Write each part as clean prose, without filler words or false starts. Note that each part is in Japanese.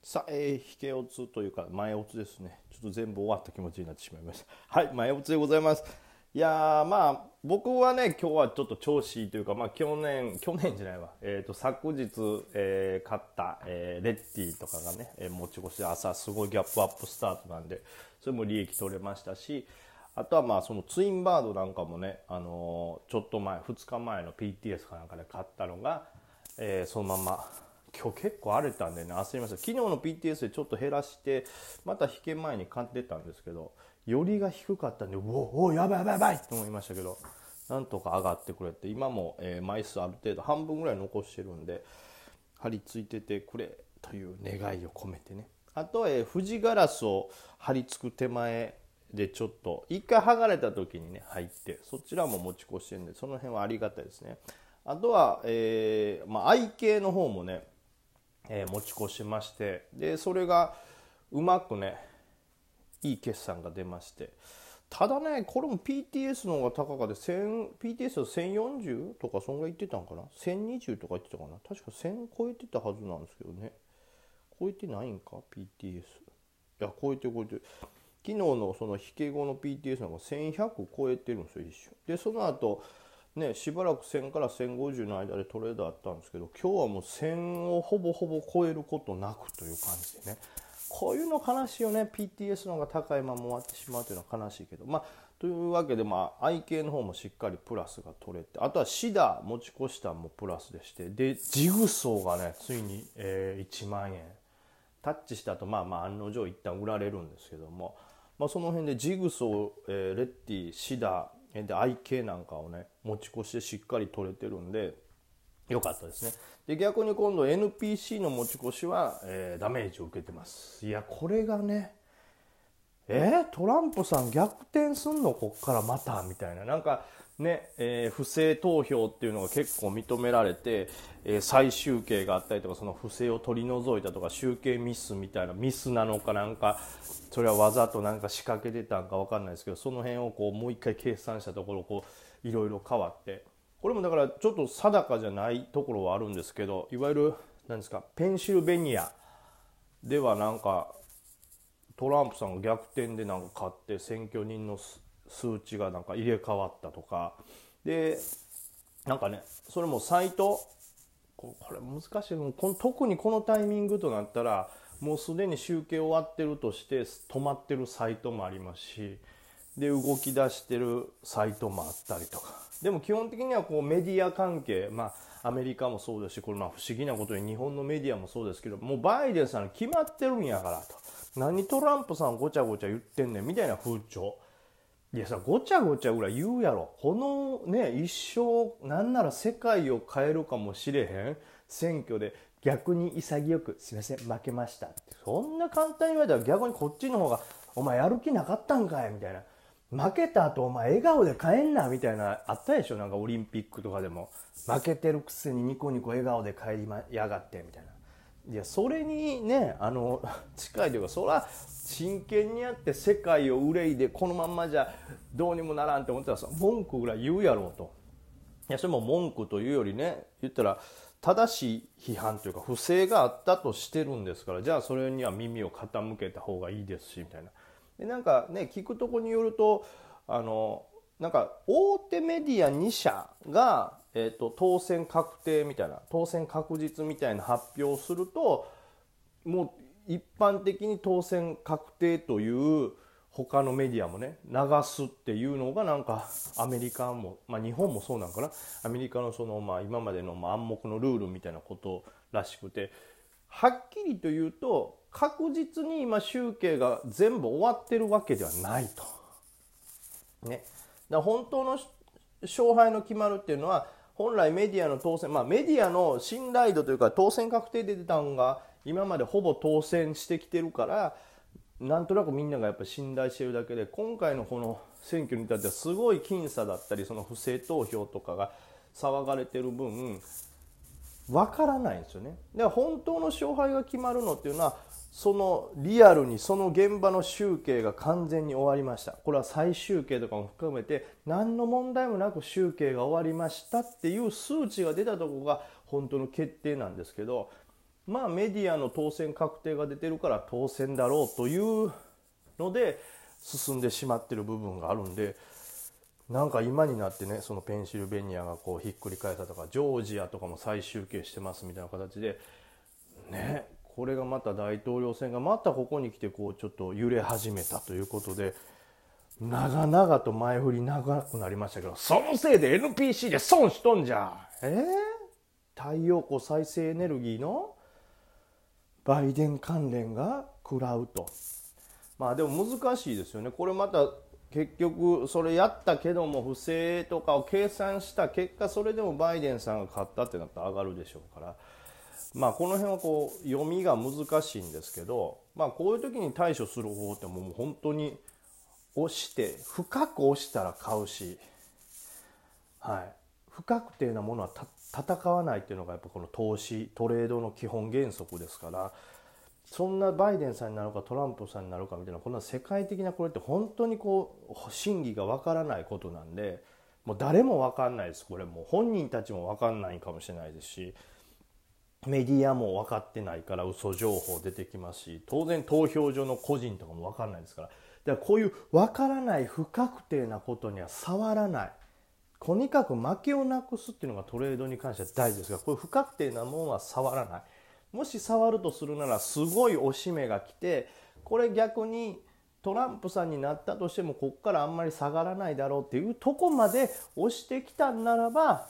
さあ、引けオツというか前オツですね。ちょっと全部終わった気持ちになってしまいました。はい、前オツでございます。いやー、まあ僕はね、今日はちょっと調子いいというか、まあ去年じゃないわ、昨日、買った、レッティとかがね、持ち越しで朝すごいギャップアップスタートなんで、それも利益取れましたし、あとはまあそのツインバードなんかもね、ちょっと前2日前の PTS かなんかで買ったのが、そのまま今日結構荒れたんでね、焦りました。昨日の PTS でちょっと減らしてまた引け前に買ってたんですけど、よりが低かったんで、おやばいやばいやばいと思いましたけど、なんとか上がってくれて、今も、枚数ある程度半分ぐらい残してるんで張り付いててくれという願いを込めてね。あとは、富士ガラスを張り付く手前でちょっと一回剥がれた時にね入って、そちらも持ち越してるんで、その辺はありがたいですね。あとは、愛系の方もね、持ち越しまして、でそれがうまくねいい決算が出まして、ただねこれも PTS の方が高かで PTS は1040とかそんぐらい言ってたんかな、1020とか言ってたかな、確か1000超えてたはずなんですけどね。超えてないんか PTS。 いや超えてる。昨日のその引け後の PTS の方が1100超えてるんですよ一瞬で。その後ね、しばらく1000から1050の間でトレードあったんですけど、今日はもう1000をほぼほぼ超えることなくという感じでね、こういうの悲しいよね。 PTS の方が高いまま終わってしまうというのは悲しいけど、まあというわけで、まあ愛系の方もしっかりプラスが取れて、あとはシダ持ち越したもプラスでして、でジグソーがねついに、1万円タッチした後、まあ案の定一旦売られるんですけども、まあ、その辺でジグソー、レッティ、シダで愛系なんかをね持ち越してしっかり取れてるんで良かったですね。で逆に今度 NPC の持ち越しは、ダメージを受けてます。いやこれがね、トランプさん逆転すんのこっからまたみたいな、なんかね、不正投票っていうのが結構認められて、再集計があったりとか、その不正を取り除いたとか、集計ミスみたいなミスなのか、なんかそれはわざとなんか仕掛けてたんか分かんないですけど、その辺をこうもう一回計算したところこういろいろ変わって、これもだからちょっと定かじゃないところはあるんですけど、いわゆる何ですか、ペンシルベニアではなんかトランプさんが逆転でなんか勝って選挙人の数値がなんか入れ替わったとかで、なんかねそれもサイト、これ難しい、特にこのタイミングとなったらもうすでに集計終わってるとして止まってるサイトもありますし、で動き出してるサイトもあったりとか、でも基本的にはこうメディア関係、まあアメリカもそうですし、これまあ不思議なことに日本のメディアもそうですけど、もうバイデンさん決まってるんやからと、何トランプさんごちゃごちゃ言ってんねんみたいな風潮。いやさ、ごちゃごちゃぐらい言うやろ。このね一生なんなら世界を変えるかもしれへん選挙で逆に潔くすいません負けましたって、そんな簡単に言われたら逆にこっちの方がお前やる気なかったんかいみたいな、負けた後お前笑顔で帰んなみたいなあったでしょ。なんかオリンピックとかでも負けてるくせにニコニコ笑顔で帰りやがってみたいな。いやそれにね近いというか、それは真剣にやって世界を憂いでこのまんまじゃどうにもならんって思ったら文句ぐらい言うやろうと。いやそれも文句というよりね、言ったら正しい批判というか不正があったとしてるんですから、じゃあそれには耳を傾けた方がいいですしみたいな。でなんかね聞くとこによるとなんか大手メディア2社が、当選確定みたいな、当選確実みたいな発表をするともう一般的に当選確定という他のメディアもね流すっていうのがなんかアメリカも、まあ、日本もそうなんかな、アメリカのその、まあ、今までの暗黙のルールみたいなことらしくて、はっきりと言うと確実に今集計が全部終わってるわけではないとね。だから本当の勝敗の決まるっていうのは本来メディアの当選、まあメディアの信頼度というか当選確定で出たのが今までほぼ当選してきてるから、なんとなくみんながやっぱり信頼してるだけで、今回のこの選挙に至ってはすごい僅差だったり、その不正投票とかが騒がれてる分分からないんですよね。で本当の勝敗が決まるのっていうのはそのリアルにその現場の集計が完全に終わりました、これは再集計とかも含めて何の問題もなく集計が終わりましたっていう数値が出たところが本当の決定なんですけど、 まあメディアの当選確定が出てるから当選だろうというので進んでしまってる部分があるんで、なんか今になってね、そのペンシルベニアがこうひっくり返ったとか、ジョージアとかも再集計してますみたいな形でね、これがまた大統領選がまたここに来てこうちょっと揺れ始めたということで、長々と前振り長くなりましたけど、そのせいで NPC で損しとんじゃ。太陽光再生エネルギーのバイデン関連が食らうと。まあでも難しいですよね。これまた結局それやったけども不正とかを計算した結果、それでもバイデンさんが勝ったってなったら上がるでしょうから、まあこの辺はこう読みが難しいんですけど、まあこういう時に対処する方法ってもう本当に押して深く押したら買うし、はい、不確定なものは戦わないっていうのがやっぱこの投資トレードの基本原則ですから、そんなバイデンさんになるかトランプさんになるかみたいなこんな世界的なこれって本当にこう真偽がわからないことなんで、もう誰もわかんないです。これもう本人たちもわかんないかもしれないですし、メディアも分かってないから嘘情報出てきますし、当然投票所の個人とかも分かんないですから、だからこういう分からない不確定なことには触らない、とにかく負けをなくすっていうのがトレードに関しては大事ですが、こういう不確定なものは触らない。もし触るとするならすごい押し目が来て、これ逆にトランプさんになったとしてもここからあんまり下がらないだろうっていうとこまで押してきたんならば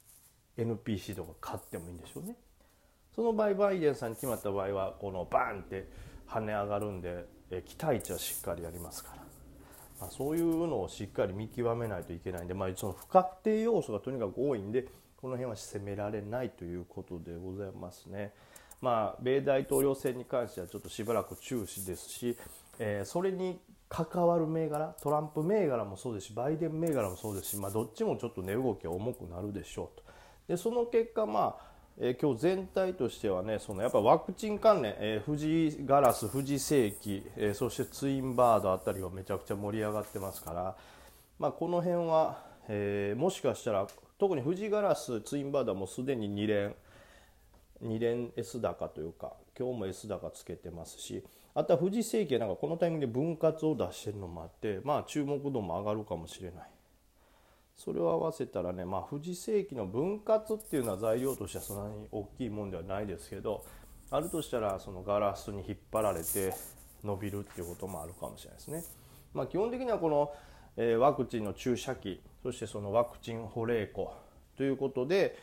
NPC とか買ってもいいんでしょうね。その場合バイデンさんに決まった場合はこのバーンって跳ね上がるんで、期待値はしっかりありますから、まあ、そういうのをしっかり見極めないといけないんで、まあ、その不確定要素がとにかく多いんで、この辺は責められないということでございますね。まあ、米大統領選に関してはちょっとしばらく注視ですし、それに関わる銘柄、トランプ銘柄もそうですしバイデン銘柄もそうですし、まあ、どっちもちょっと値動きが重くなるでしょうと。でその結果、まあ今日全体としてはね、そのやっぱワクチン関連、富士ガラス、富士世紀、そしてツインバードあたりがめちゃくちゃ盛り上がってますから、まあ、この辺は、もしかしたら特に富士ガラス、ツインバードはもうすでに2連 S 高というか今日も S 高つけてますし、あとは富士世紀はなんかこのタイミングで分割を出してるのもあって、まあ、注目度も上がるかもしれない。それを合わせたらね、まあ、富士世紀の分割っていうのは材料としてはそんなに大きいもんではないですけど、あるとしたらそのガラスに引っ張られて伸びるっていうこともあるかもしれないですね。まあ、基本的にはこの、ワクチンの注射器、そしてそのワクチン保冷庫ということで、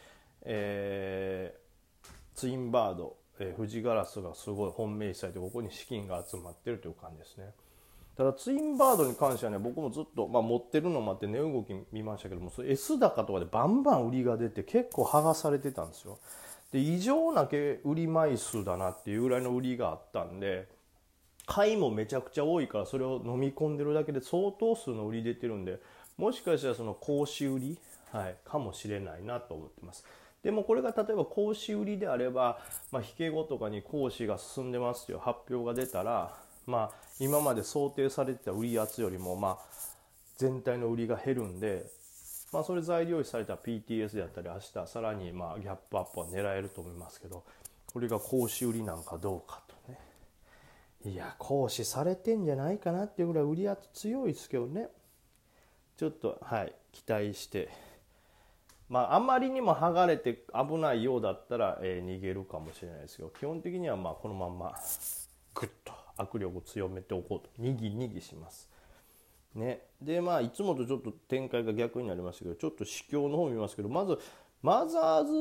ツインバード、富士ガラスがすごい本命されてここに資金が集まっているという感じですね。ただツインバードに関してはね、僕もずっと、持ってるのもあって値動き見ましたけども、それ S 高とかでバンバン売りが出て結構剥がされてたんですよ。で異常な売り枚数だなっていうぐらいの売りがあったんで、買いもめちゃくちゃ多いからそれを飲み込んでるだけで相当数の売り出てるんで、もしかしたらその講師売り、かもしれないなと思ってます。でもこれが例えば講師売りであれば、引け後とかに講師が進んでますという発表が出たら、今まで想定されてた売り圧よりも全体の売りが減るんで、それ材料視された PTS であったり明日さらにギャップアップは狙えると思いますけど、これが講師売りなんかどうかとね。いや講師されてんじゃないかなっていうぐらい売り圧強いですけどね、ちょっと期待して、あんまりにも剥がれて危ないようだったら、逃げるかもしれないですけど、基本的にはこのまんまグッと握力を強めておこうとにぎにぎしますね。でいつもとちょっと展開が逆になりましたけど、ちょっと指標の方を見ますけど、まずマザーズ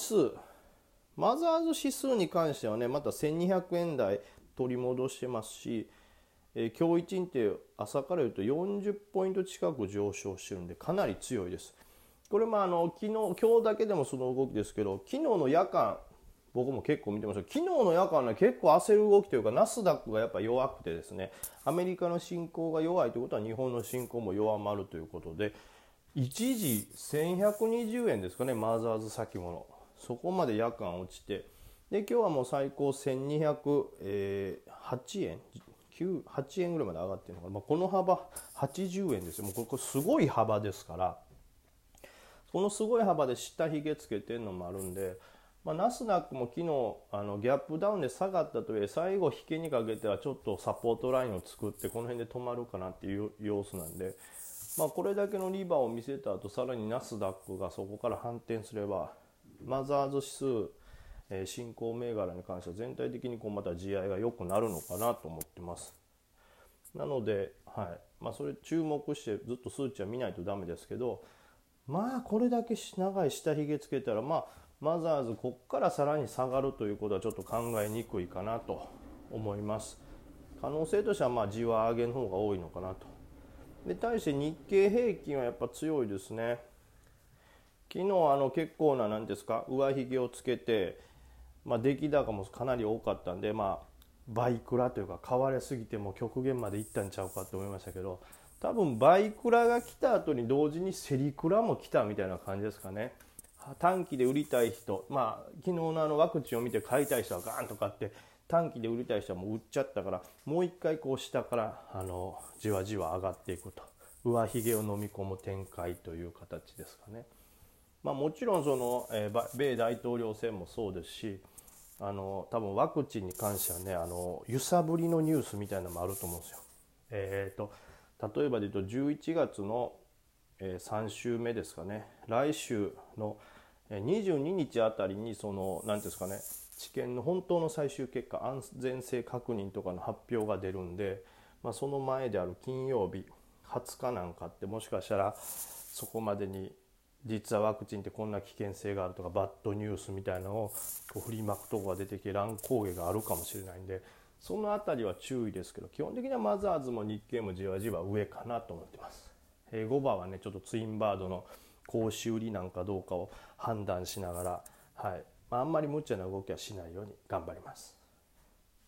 指数に関してはね、また1200円台取り戻してますし、今日一日朝から言うと40ポイント近く上昇してるんでかなり強いです。これも今日だけでもその動きですけど、昨日の夜間僕も結構見てました。昨日の夜間ね、結構焦る動きというか、ナスダックがやっぱ弱くてですね、アメリカの進行が弱いということは日本の進行も弱まるということで、一時1120円ですかね、マザーズ先物、そこまで夜間落ちて、で今日はもう最高1208円8円ぐらいまで上がってるのかな、この幅80円ですよ。もうこれすごい幅ですから、このすごい幅で下髭つけてるのもあるんで、 ナスダックも昨日ギャップダウンで下がったとはいえ最後引けにかけてはちょっとサポートラインを作ってこの辺で止まるかなっていう様子なんで、これだけのリバーを見せた後さらにナスダックがそこから反転すればマザーズ指数、新興銘柄に関しては全体的にまた地合いが良くなるのかなと思ってます。なので、それ注目してずっと数値は見ないとダメですけど、これだけ長い下髭つけたらマザーズこっからさらに下がるということはちょっと考えにくいかなと思います。可能性としてはじわ上げの方が多いのかなと。で対して日経平均はやっぱ強いですね。昨日結構な何ですか上髭をつけて、出来高もかなり多かったんで倍クラというか買われすぎても極限までいったんちゃうかと思いましたけど、多分倍クラが来た後に同時にセリクラも来たみたいな感じですかね。短期で売りたい人、昨日のワクチンを見て買いたい人はガーンと買って、短期で売りたい人はもう売っちゃったから、もう一回下からじわじわ上がっていくと、上髭を飲み込む展開という形ですかね。もちろん米大統領選もそうですし、多分ワクチンに関してはね揺さぶりのニュースみたいなのもあると思うんですよ。例えばで言うと11月の3週目ですかね、来週の22日あたりに何ていうんですかね、治験の本当の最終結果安全性確認とかの発表が出るんで、その前である金曜日20日なんかってもしかしたらそこまでに実はワクチンってこんな危険性があるとかバッドニュースみたいなのを振りまくとこが出てきて乱高下があるかもしれないんで、そのあたりは注意ですけど、基本的にはマザーズも日経もじわじわ上かなと思ってます。5番はねちょっとツインバードの講師売りなんかどうかを判断しながら、あんまり無茶な動きはしないように頑張ります。